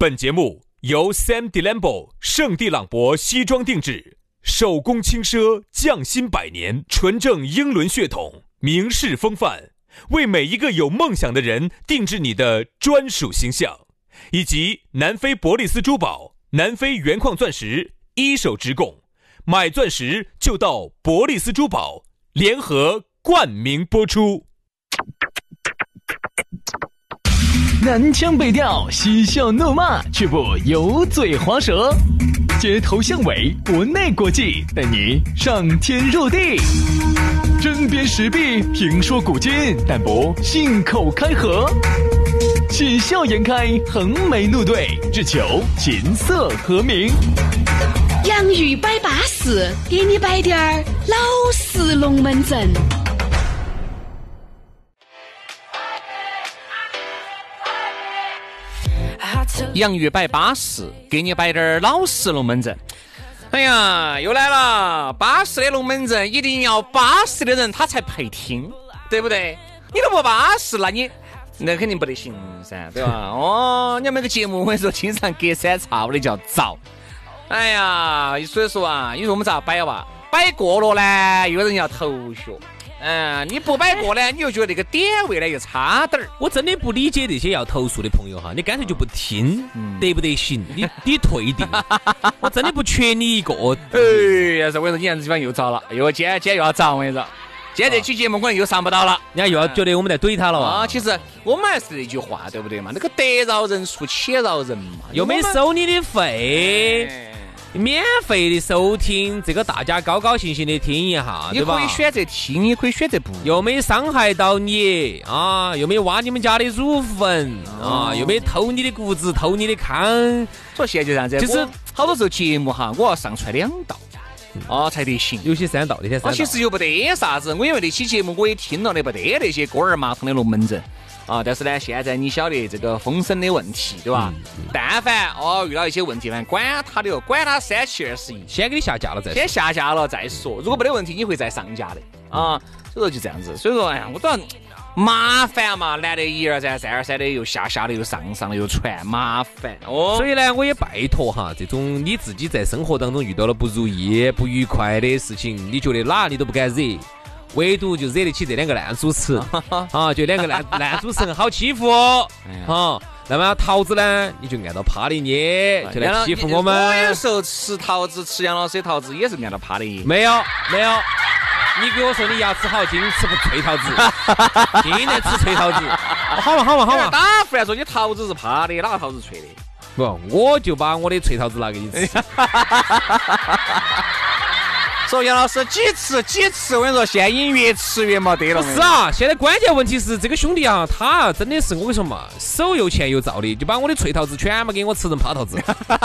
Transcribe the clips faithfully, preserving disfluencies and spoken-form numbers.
本节目由 Sam Delambo 圣地朗博西装定制，手工轻奢，匠心百年，纯正英伦血统，名士风范，为每一个有梦想的人定制你的专属形象。以及南非伯利斯珠宝、南非原矿钻石一手直供，买钻石就到伯利斯珠宝，联合冠名播出。 南腔北调，嬉笑怒骂，却不油嘴滑舌，街头巷尾，国内国际，带你上天入地，针砭时弊，评说古今，但不信口开河，喜笑颜开，横眉怒对，只求琴瑟和鸣。 洋芋摆巴士，给你摆点儿老式龙门阵。 洋芋摆巴适，给你摆点老实龙门阵。哎呀，又来了！巴适的龙门阵一定要巴适的人他才配听，对不对？你都不巴适，那你那肯定不得行噻，对吧？哦，你每个节目我跟你说，经常隔三差五的叫糟。哎呀，所以说啊，你说我们咋摆吧？摆过了呢，有人要头绪。嗯，你不摆过呢，你又觉得那个点位呢又差点儿。 我真的不理解那些要投诉的朋友哈，你干脆就不听，嗯、得不得行？你你退订，我真的不缺你一个。 哎呀，是我跟你说，你这地方又糟了，又今天今天又要糟，我跟你说，今天这期节目可能又上不到了， 人家又要觉得我们在怼他了啊。 其实我们还是那句话，对不对嘛？那个得饶人处且饶人嘛， 又没收你的费。哎，免费的收听，这个大家高高兴兴的听一下， 你可以选择听，你可以选择不， 又没伤害到你啊，又没挖你们家的乳粉、哦、啊，又没偷你的骨子，偷你的糠。 所以现在就这样子，就是好多时候节目哈，我要上传两道哦才得行， 有些三道，那些三道。 其实又不得啥子，我因为那期节目我也听了的，不得那些锅儿麻汤的龙门阵。啊，但是呢，现在你晓得这个风声的问题，对吧？嗯、但凡哦遇到一些问题呢，管他的，管他三七二十一， 先给你下架了再说， 先下架了再说。如果没得问题，你会再上架的啊。所以说就这样子。所以说，哎呀，我都要麻烦嘛，难得一而再，再而三的又下下的又上上了又传，麻烦哦。所以呢，我也拜托哈，这种你自己在生活当中遇到了不如意、不愉快的事情，你觉得哪你都不敢惹。唯独就惹得起这两个烂主持啊，就两个烂烂主持人好欺负哦、哎啊。那么桃子呢，你就按照趴的捏，就来欺负我们。 我有时候吃桃子，吃杨老师的桃子也是按照趴的捏。 没有没有，你给我说你牙齿好，今吃不脆桃子，今天吃脆桃子。好嘛好嘛好嘛， 打回来说你桃子是趴的，哪个桃子脆的？ 不，我就把我的脆桃子拿给你吃。 说杨老师几次几次，我跟你说，现在已经越吃越没得了。 不是啊，现在关键问题是这个兄弟啊，他真的是我跟你说嘛，手又欠又造的，就把我的脆桃子全部给我吃成趴桃子。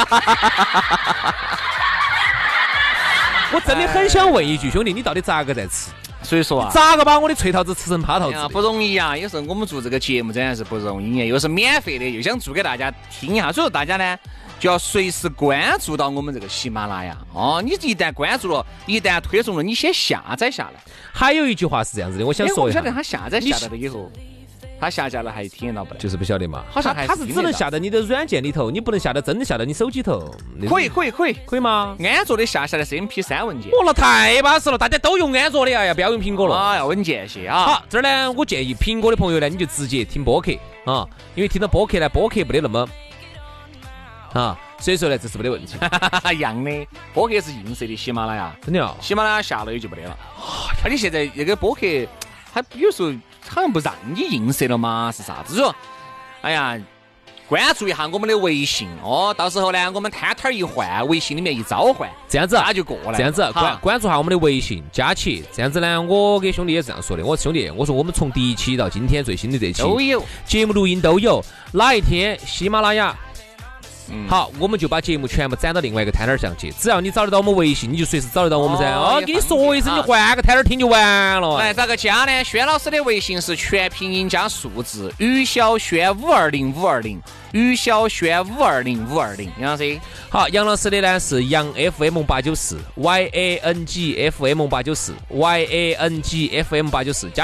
我真的很想问一句，兄弟，你到底咋个在吃？ 所以说啊， 咋个把我的脆桃子吃成趴桃子、哎？ 不容易啊！有时候我们做这个节目真的是不容易，又是免费的，又想做给大家听一下，所以说大家呢。就要随时关注到我们这个喜马拉雅哦，你一旦关注了，一旦推送了，你先下载下来。 还有一句话是这样子的，我想说一下， 我晓得他下载下来了以后，他下架了还体验到不了， 就是不晓得嘛。 好像还是他是只能下在你的软件里头，你不能下在真的下在你手机头。 可以可以可以可以吗？ 安卓的下下来是 M P 三 文件。 哦，那太巴适了，大家都用安卓的，哎呀，不要用苹果了。 啊，要稳健些啊。 好，这儿呢，我建议苹果的朋友呢，你就直接听播客啊，因为听到播客呢，播客不得那么啊。所以说呢，这是没得问题。 一样的，播客是映射的喜马拉雅， 真的啊， 喜马拉雅下了也就没得了。而且现在那个播客，它有时候好像不让你映射了吗？是啥子？说，哎呀，关注一下我们的微信哦，到时候呢，我们摊摊一换，微信里面一召唤， 这样子那就过来。 这样子关关注下我们的微信，加起。这样子呢，我给兄弟也是这样说的。我说兄弟，我说我们从第一期到今天最新的这期都有节目录音都有，哪一天喜马拉雅。嗯、好，我们就把节目全部攒到另外一个摊摊上去。只要你找得到我们微信，你就随时找得到我们噻。哦，给你说一声，你换个摊摊听就完了。 来，咋个加呢？轩老师的微信是全拼音加数字，于小轩五二零五二零，于小轩五二零五二零。杨老师， 好，杨老师的呢是杨 F M 八九四 Y A N G F M 八九四 Y A N G F M 八九四，加起。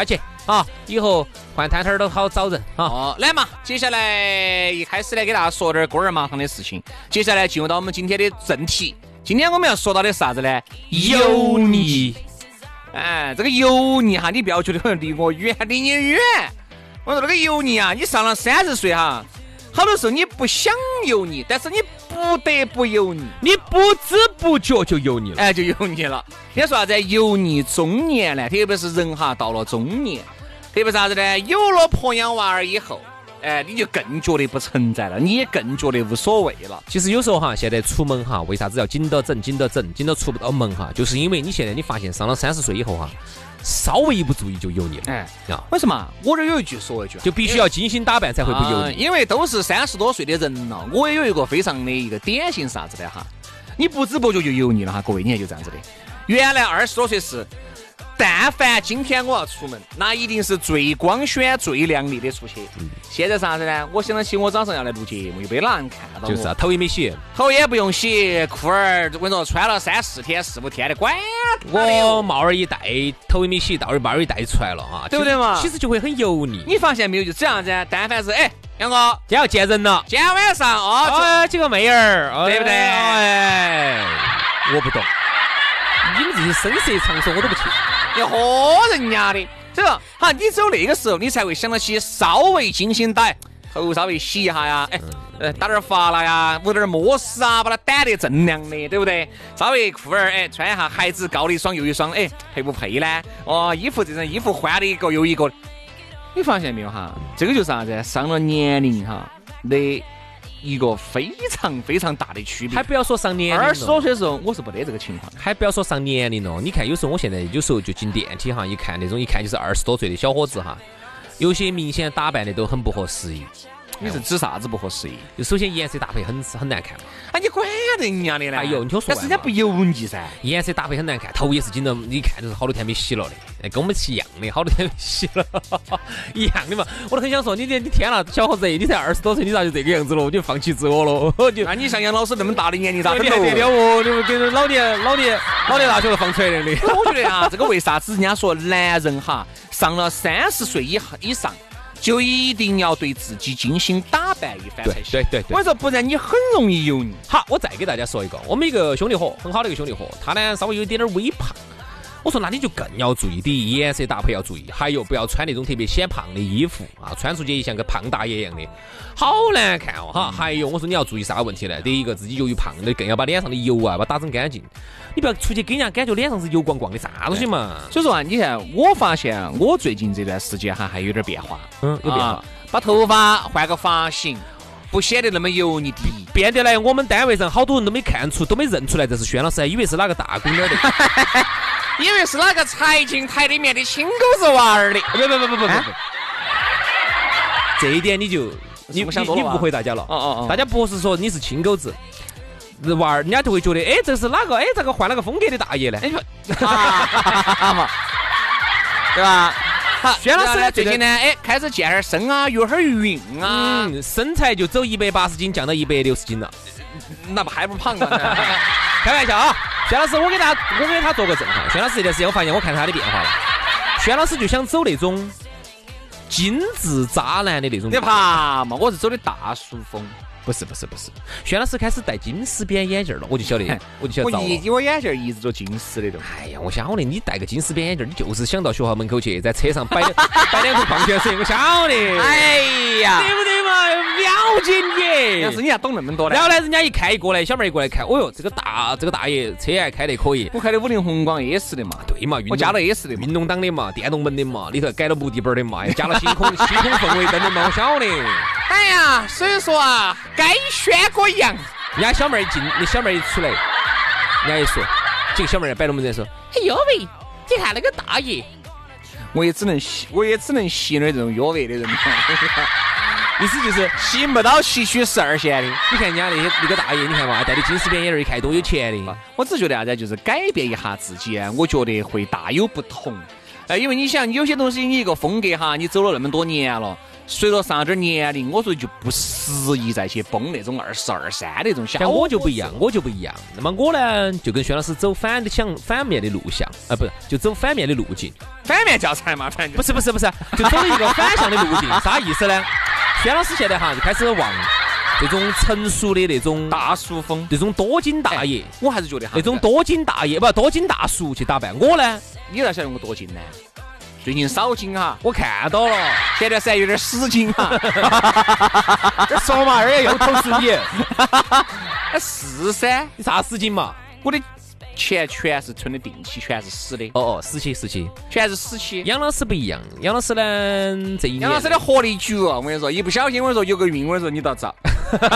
啊，以后换摊摊儿都好找人啊。 哦，来嘛，接下来一开始呢，给大家说点锅儿麻汤的事情。接下来进入到我们今天的正题。今天我们要说到的是啥子呢？油腻。哎，这个油腻哈，你不要觉得好像离我远，离你远。我说这个油腻啊，你上了三十岁哈，好多时候你不想油腻，但是你不得不油腻， 你不知不觉就油腻了， 哎，就油腻了。人家说啥子？油腻中年呢，特别是人哈到了中年，特别是啥子呢？有了婆养娃儿以后。哎，你就更觉得不存在了，你也更觉得无所谓了。 其实有时候哈，现在出门哈，为啥子要紧到整、紧到整、紧到出不到门哈？就是因为你现在你发现上了三十岁以后哈，稍微一不注意就油腻了。哎，啊， 为什么？我这有一句说一句， 就必须要精心打扮才会不油腻。 因为都是三十多岁的人了，我也有一个非常的一个典型啥子的哈，你不知不觉就油腻了哈，各位，你看就这样子的。原来二十多岁是。但凡今天我要出门，那一定是最光鲜、最亮丽的出去。嗯、现在啥子呢？我想得起我早上要来录节目，又被哪人看到我？ 就是啊，头也没洗， 头也不用洗，裤儿我跟你说穿了三四天、四五天的，管我帽儿一戴，头也没洗，到帽儿一戴出来了啊， 对不对嘛？ 其实就会很油腻。 你发现没有？就这样子，但凡是哎，杨哥， 今天要见人了， 今天晚上哦， 哦几个妹儿，哦、 对不对？ 哎，我不懂，你们这些声色场所我都不去。 要喝人家的，这个哈，你只有那个时候，你才会想得起稍微精心打头，稍微洗一下呀，哎，呃，打点发了呀，捂点摩丝啊，把它掸得锃亮的，对不对？稍微裤儿哎穿一下，鞋子高的一双又一双，哎，配不配呢？哦，衣服这身衣服换了一个又一个，你发现没有哈？这个就是啥子？上了年龄哈的。一个非常非常大的区别， 还不要说上年龄， 二十多岁的时候我是不得这个情况， 还不要说上年龄了。你看，有时候我现在有时候就进电梯哈，一看那种一看就是二十多岁的小伙子哈，有些明显打扮的都很不合时宜。 你是指啥子不合时宜？ 就首先颜色搭配很很难看嘛。 啊，你管人家的呢？ 哎呦，你听我说， 但是人家不油腻噻。 颜色搭配很难看，头也是紧的，你看就是好多天没洗了的，跟我们是一样的，好多天没洗了，一样的嘛。我都很想说，你你你天了，小伙子，你才二十多岁，你咋就这个样子了？我就放弃自我了。就那你像杨老师那么大的年龄，咋你还得了哦？你们跟老年老年老年大学都放出来的。 我觉得啊，这个为啥子人家说男人哈上了三十岁以以上？就一定要对自己精心打扮一番才行。 对对对， 我说不然你很容易油腻。 好，我再给大家说一个，我们一个兄弟伙，很好的一个兄弟伙，他呢稍微有一点点微胖。我说那你就更要注意，第一颜色搭配要注意，还有不要穿那种特别显胖的衣服啊，穿出去像个胖大爷一样的，好难看哦哈。还有我说你要注意啥个问题呢？第一个自己由于胖的，更要把脸上的油啊把它打整干净，你不要出去给人家感觉脸上是油光光的啥东西嘛。 所以说啊，你看我发现我最近这段时间哈还有点变化， 嗯，有变化， 啊、把头发换个发型。不显得那么油腻的， 变得来我们单位上好多人都没看出，都没认出来这是轩老师，还以为是哪个大姑娘的， 以为是哪个才进台里面的亲狗子娃儿的。 不不不不不不，啊、这一点你就你你你误会大家了。 哦哦哦， 大家不是说你是亲狗子。娃儿，人家就会觉得，哎，这是哪个？哎，这个换了个风格的大爷呢？哎， 嘛，对吧？好， 轩老师最近呢，哎，开始健点身啊，游点匀啊， 嗯，身材就走一百八十斤降到一百六十斤了， 那不还不胖啊？ 开玩笑啊！轩老师，我给他，我给他做个证哈。轩老师这段时间我发现我看他的变化了，轩老师就想走那种精致渣男的那种。 你怕嘛？我是走的大叔风。 不是不是不是，轩老师开始戴金丝边眼镜了，我就晓得，我就晓得。 我一我眼镜一直做金丝的都。 哎呀，我晓得你戴个金丝边眼镜，你就是想到学校门口去，在车上摆摆两瓶矿泉水，我晓得。 哎呀， 对不对嘛？了解你。 要是你还懂那么多呢。 然后呢，人家一开一过来，小妹一过来看，哦哟，这个大这个大爷车还开得可以。 我开的五菱宏光 S 的嘛。 对嘛， 我加了 S 的， 运动档的嘛，电动门的嘛，里头改了木地板的嘛，加了星空星空氛围灯的嘛，我晓得。 哎呀，所以说啊，该宣个扬。 人家小妹一进，你小妹一出来，人家一说，这个小妹摆龙门阵说：“ 哎呦喂，你看那个大爷。” 我也只能吸，我也只能吸那这种约位的人。 意思就是吸不到吸取十二线的。 你看人家那些那个大爷，你看嘛，戴的金丝边眼镜，一看多有钱的。 我只觉得啥子，就是改变一下自己，我觉得会大有不同。呃，因为你想，有些东西你一个风格哈，你走了那么多年了， 随着上点年龄，我说就不适宜再去崩那种二十二三那种小。 像我就不一样，我就不一样。那么我呢，就跟薛老师走反的向反面的路向，啊，不是，就走反面的路径。 反面教材嘛，反正不是不是不是，就走了一个反向的路径。啥意思呢？薛老师现在哈就开始往这种成熟的那种大叔风， 这种多金大爷， 我还是觉得哈那种多金大爷不多金大叔去打扮。我呢， 你咋晓得我多金呢？最近少金哈， 我看到了， 前段时间有点死金哈。 这说嘛，二爷又投诉你， 是噻， 你啥死金嘛？ 我的钱全是存的定期，全是死的。 哦哦，死期死期， 全是死期。 杨老师不一样，杨老师呢这一年， 杨老师的活力足啊！我跟你说，一不小心我跟你说有个运，我跟你说你倒遭。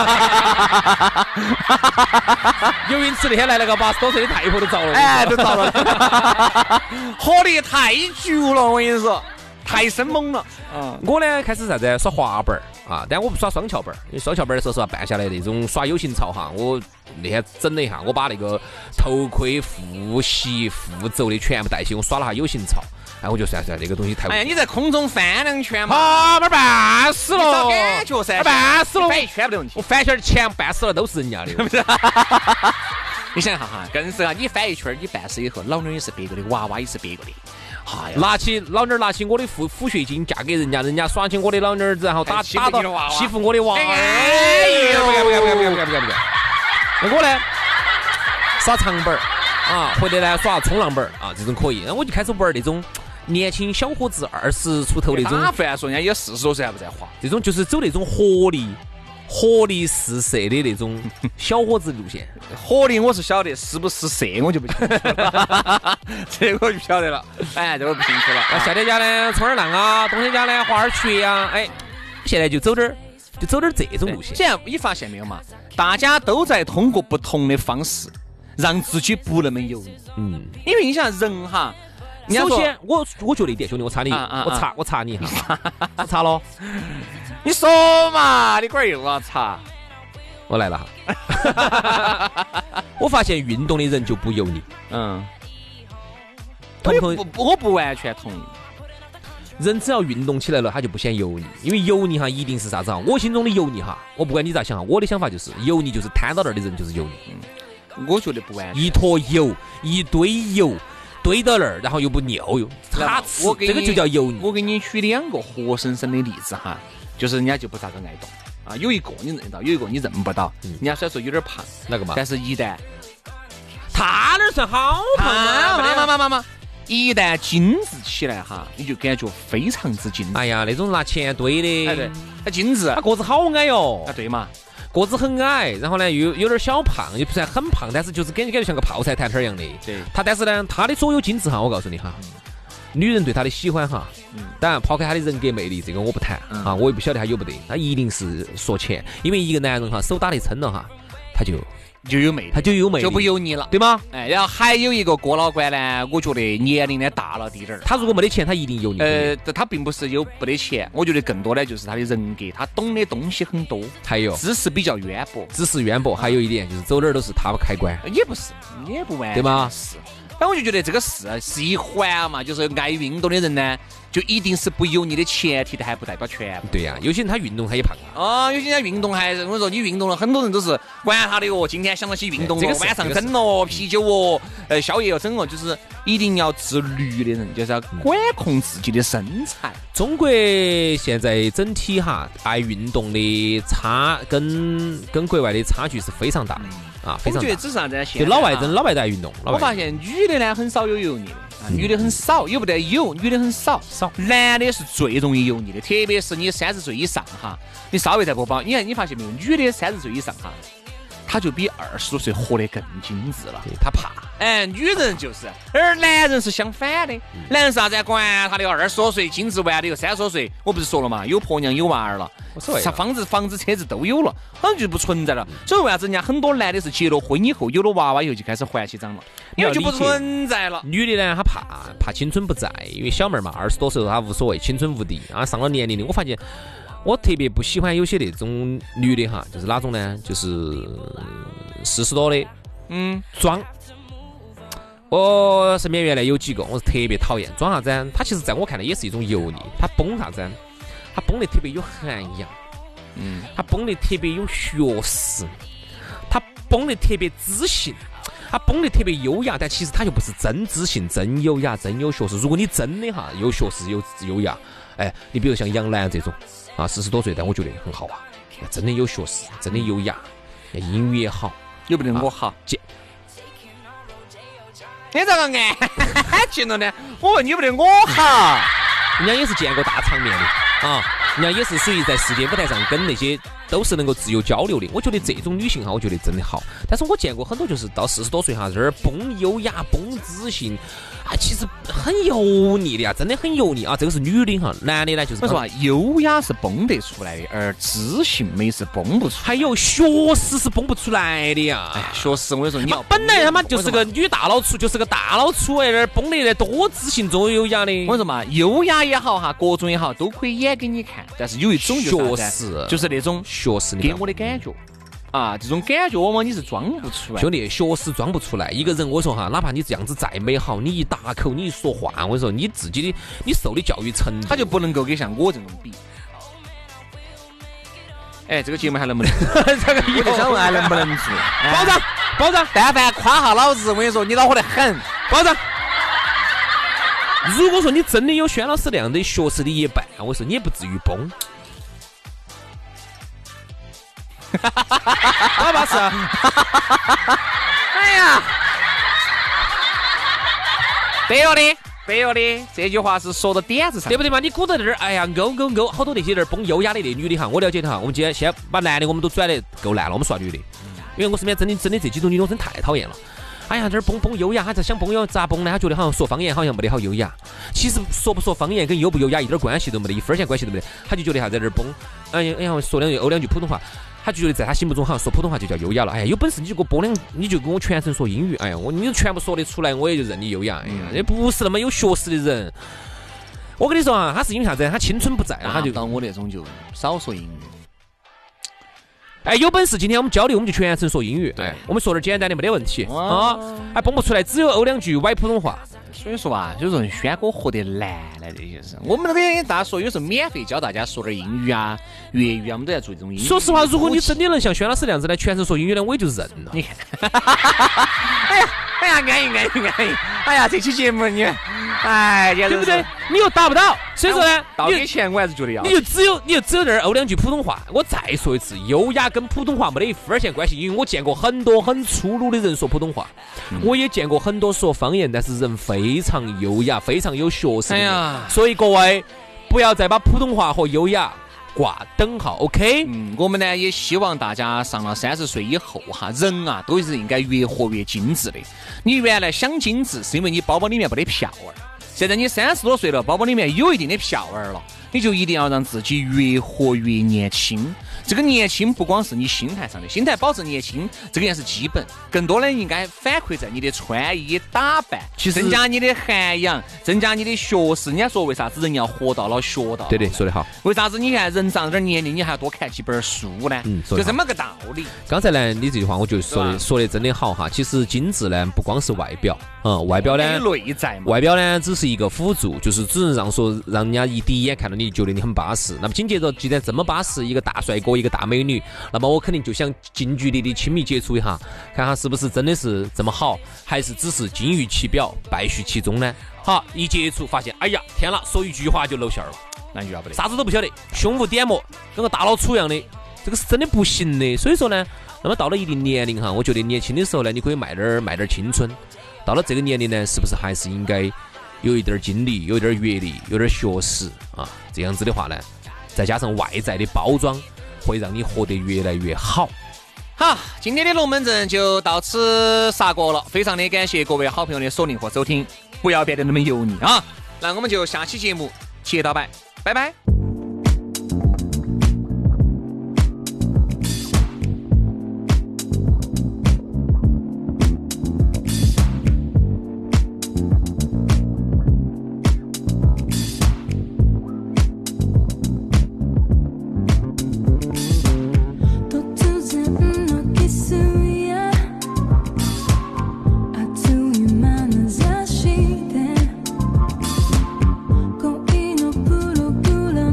有运吃那天来了个八十多岁的太婆都遭了， 哎，都遭了，活力太足了，我跟你说，太生猛了。 嗯，我呢开始啥子耍滑板啊，但我不耍双桥板，因为双桥板的时候是吧，办下来那种耍 U 型槽哈，我那天整了一下，我把那个头盔、护膝、护肘的全部带起，我耍了下 U 型槽。哎，我就算算这个东西太…… 哎呀，你在空中翻两圈嘛， 啊，妈半死了， 找感觉噻， 半死了， 翻一圈没问题。 我翻圈前半死了都是人家的。 你想一下哈，更是啊，你翻一圈，你半死以后，老妞也是别个的，娃娃也是别个的。 哎、拿起老妞拿起我的抚抚恤金嫁给人家，人家耍起我的老妞儿子，然后打打到欺负我的娃娃。哎呦，不干不干不干不干不干不干不干！那我呢，耍长本儿啊，或者呢耍冲浪本儿啊，这种可以。那我就开始玩那种年轻小伙子二十出头那种。 打饭说人家也四十多岁还不在滑， 这种就是走那种活力。活力四射的那种小伙子路线， 活力我是晓得，是不是射我就不清楚了，这个我就不晓得了。哎，这个不清楚了。 啊，夏天家呢冲点浪啊，冬天家呢滑点雪啊，哎，现在就走点儿，就走点儿这种路线。 现在你发现没有嘛？大家都在通过不同的方式让自己不那么油腻。嗯，因为你想人哈， 首先我我觉得一点，兄弟，我插你，啊啊啊我插我插你一下，我插了。 你说嘛，你龟儿又要查， 我来了哈。我发现运动的人就不油腻， 嗯，同不同不，我不完全同意。 人只要运动起来了，他就不显油腻，因为油腻哈一定是啥子哈？我心中的油腻哈，我不管你咋想哈，我的想法就是油腻就是摊到那儿的人就是油腻。 嗯，我觉得不完全。 一坨油，一堆油。堆到那儿，然后又不尿又擦吃，这个就叫油腻。 我给你举两个活生生的例子哈，就是人家就不咋个爱动啊。有一个你认到，有一个你认不到。嗯、人家虽然说有点胖， 那个嘛， 但是一旦他那算好胖嘛嘛嘛嘛嘛，一旦精致起来哈，你就感觉非常之精致。 哎呀，那种拿钱堆的， 哎对，他精致， 他个子好矮哟。 啊对嘛。 个子很矮，然后呢又有点小胖，又不算很胖，但是就是感觉感觉像个泡菜摊摊一样的。 对， 他但是呢，他的所有精致哈，我告诉你哈，嗯、女人对他的喜欢哈，嗯、当然抛开他的人格魅力，这个我不谈、嗯、啊，我也不晓得他有不得，他一定是说钱，因为一个男人哈手打得撑了哈，他就。 就有魅力， 他就有魅力， 就不油腻了， 对吗？ 哎，然后还有一个郭老倌呢，我觉得年龄呢大了滴点儿。 他如果没得钱，他一定油腻。 呃，他并不是有不得钱，我觉得更多的就是他的人格，他懂的东西很多， 还有知识比较渊博， 知识渊博。还有一点就是走哪儿都是他开关， 也不是，也不完， 对吗？ 是。但我就觉得这个是是一环嘛，就是爱运动的人呢，就一定是不油腻的前提的，还不代表全部。 对呀、啊，有些人他运动他也胖啊。 哦，有些人运动还是我说你运动了，很多人都是管他的哦。今天想到起运动了，晚上整了啤酒哦，呃，宵夜要整哦，就是一定要自律的人，就是要管控自己的身材。 中国现在整体哈爱运动的差跟跟国外的差距是非常大的。嗯啊，非常大。 我觉得只是啥子呢？ 就老外真老外都爱运动。 我发现女的呢很少有油腻的，啊、女的很少，有不得有，女的很少少。 男的是最容易油腻的，特别是你三十岁以上哈，你稍微再不保，你看你发现没有，女的三十岁以上哈，她就比二十多岁活得更精致了， 她怕。 哎，女人就是，而男人是相反的，嗯、男人啥子管他的二十多岁精致完了以后三十多岁，我不是说了嘛，有婆娘有娃儿了。房子、房子、车子都有了，好像就不存在了。所以为啥子人家很多男的是结了婚以后，有了娃娃以后就开始还起账了，因为就不存在了。 女的呢，她怕怕青春不在，因为小妹儿嘛，二十多岁她无所谓，青春无敌啊。上了年龄的，我发现我特别不喜欢有些那种女的哈，就是哪种呢？就是四十多的，嗯，装。我身边原来有几个，我是特别讨厌装啥子？她其实在我看来也是一种油腻，她崩啥子？ 他绷得特别有涵养，嗯，他绷得特别有学识，他绷得特别知性，他绷得特别优雅，但其实他又不是真知性、真优雅、真有学识。如果你真的哈有学识、有优雅，哎，你比如像杨澜这种啊，四十多岁，但我觉得很好啊，真的有学识，真的优雅，英语也好， 有不得我好。 这你这个安静了呢？我问你不得我好？ 人家也是见过大场面的啊，人家也是属于在世界舞台上跟那些都是能够自由交流的。我觉得这种女性哈，我觉得真的好。但是我见过很多就是到四十多岁哈，这儿崩优雅、崩知性啊，其实很油腻的呀，真的很油腻啊。这个是女的哈，男的呢就是我说啊，优雅是崩得出来的，而知性美是崩不出来， 还有学识是崩不出来的呀。 哎，学识我跟你说，你要本来他妈就是个女大脑粗，就是个大脑粗哎，那儿崩得多知性多优雅的。 我说嘛，优雅也好哈，各种也好，都可以演给你看。但是有一种学识， 就是那种学识给我的感觉啊，这种感觉往往你是装不出来。 兄弟，学识装不出来。一个人我说哈，哪怕你这样子再美好，你一打口，你一说话，我跟你说，你自己的你受的教育程度， 他就不能够跟像我这种比。哎，这个节目还能不能？ 这个我就想问还能不能做？ 保障保障， 但凡夸下老子，我跟你说，你恼火得很。 保障。如果说你真的有轩老师那样的学识的一半，我说你也不至于崩。好巴适。 哎呀，对了的，对了的，这句话是说到点子上， 对不对嘛？你鼓捣这儿，哎呀，勾勾勾，好多那些人崩优雅的那女的哈，我了解的哈。我们今天先把男的我们都转得够烂了，我们说女的，因为我身边真的真的这几种女的真太讨厌了。哎呀，这儿崩崩优雅，他在想崩优咋崩呢？他觉得好像说方言好像没得好优雅。其实说不说方言跟优不优雅一点关系都没得，一分钱关系都没得。他就觉得哈在这儿崩，哎呀哎呀，说两句欧两句普通话，他就觉得在他心目中好像说普通话就叫优雅了。哎呀，有本事你就给我播两，你就跟我全程说英语。哎呀，我你全部说得出来，我也就认你优雅。哎呀，也不是那么有学识的人。我跟你说啊，他是因为啥子？他青春不在了，他就当我那种就少说英语。 哎，有本事今天我们交流，我们就全程说英语。 对， 我们说点简单的没得问题啊，还蹦不出来，只有欧两句歪普通话。 所以说啊，有时候轩哥活得难了，这些事。我们都跟大家说，有时候免费教大家说点英语啊、粤语啊，我们都在做这种英语。 说实话，如果你真的能像轩老师那样子来全程说英语呢，我也就认了。 你看，哎呀，哎呀，安逸安逸安逸，哎呀，这期节目你，哎，对不对？你又达不到，所以说呢， 到给钱我还是觉得要。 你就只有你就只有那儿欧两句普通话。我再说一次，优雅跟普通话没得一分钱关系，因为我见过很多很粗鲁的人说普通话，嗯、我也见过很多说方言，但是人非常优雅、非常有学识的人。哎呀，所以各位不要再把普通话和优雅挂等号 ，OK？ 嗯，我们呢也希望大家上了三十岁以后哈，人啊都是应该越活越精致的。你原来想精致，是因为你包包里面没得票儿。现在你三十多岁了，包包里面有一定的票儿了，你就一定要让自己越活越年轻。这个年轻不光是你心态上的，心态保持年轻，这个也是基本。更多的应该反馈在你的穿衣打扮，去增加你的涵养，增加你的学识。人家说为啥子人要活到老学到老？ 对对，说得好。 为啥子你看人长点年龄，你还要多看几本书呢？嗯，就这么个道理。 刚才呢，你这句话我觉得说的说的真的好哈。其实精致呢，不光是外表，嗯，外表呢， 内在， 外表呢只是一个辅助，就是只能让说让人家一第一眼看到你觉得你很巴适。那么紧接着，既然这么巴适，一个大帅哥，一个大美女，那么我肯定就想近距离的亲密接触一下，看看是不是真的是这么好，还是只是金玉其表败絮其中呢？好，一接触发现，哎呀，天了，说一句话就露馅了， 那就要不得， 啥子都不晓得，胸部点膜跟个大老粗一样的，这个是真的不行的。所以说呢，那么到了一定年龄哈，我觉得年轻的时候呢，你可以卖点卖点青春，到了这个年龄呢，是不是还是应该有一点经历，有点阅历，有点学识啊？这样子的话呢，再加上外在的包装，会让你活得越来越好。 好，今天的龙门阵就到此杀过了，非常的感谢各位好朋友的锁定和收听，不要变得那么油腻啊！那我们就下期节目接到拜，拜拜。 恋のプログラ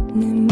眠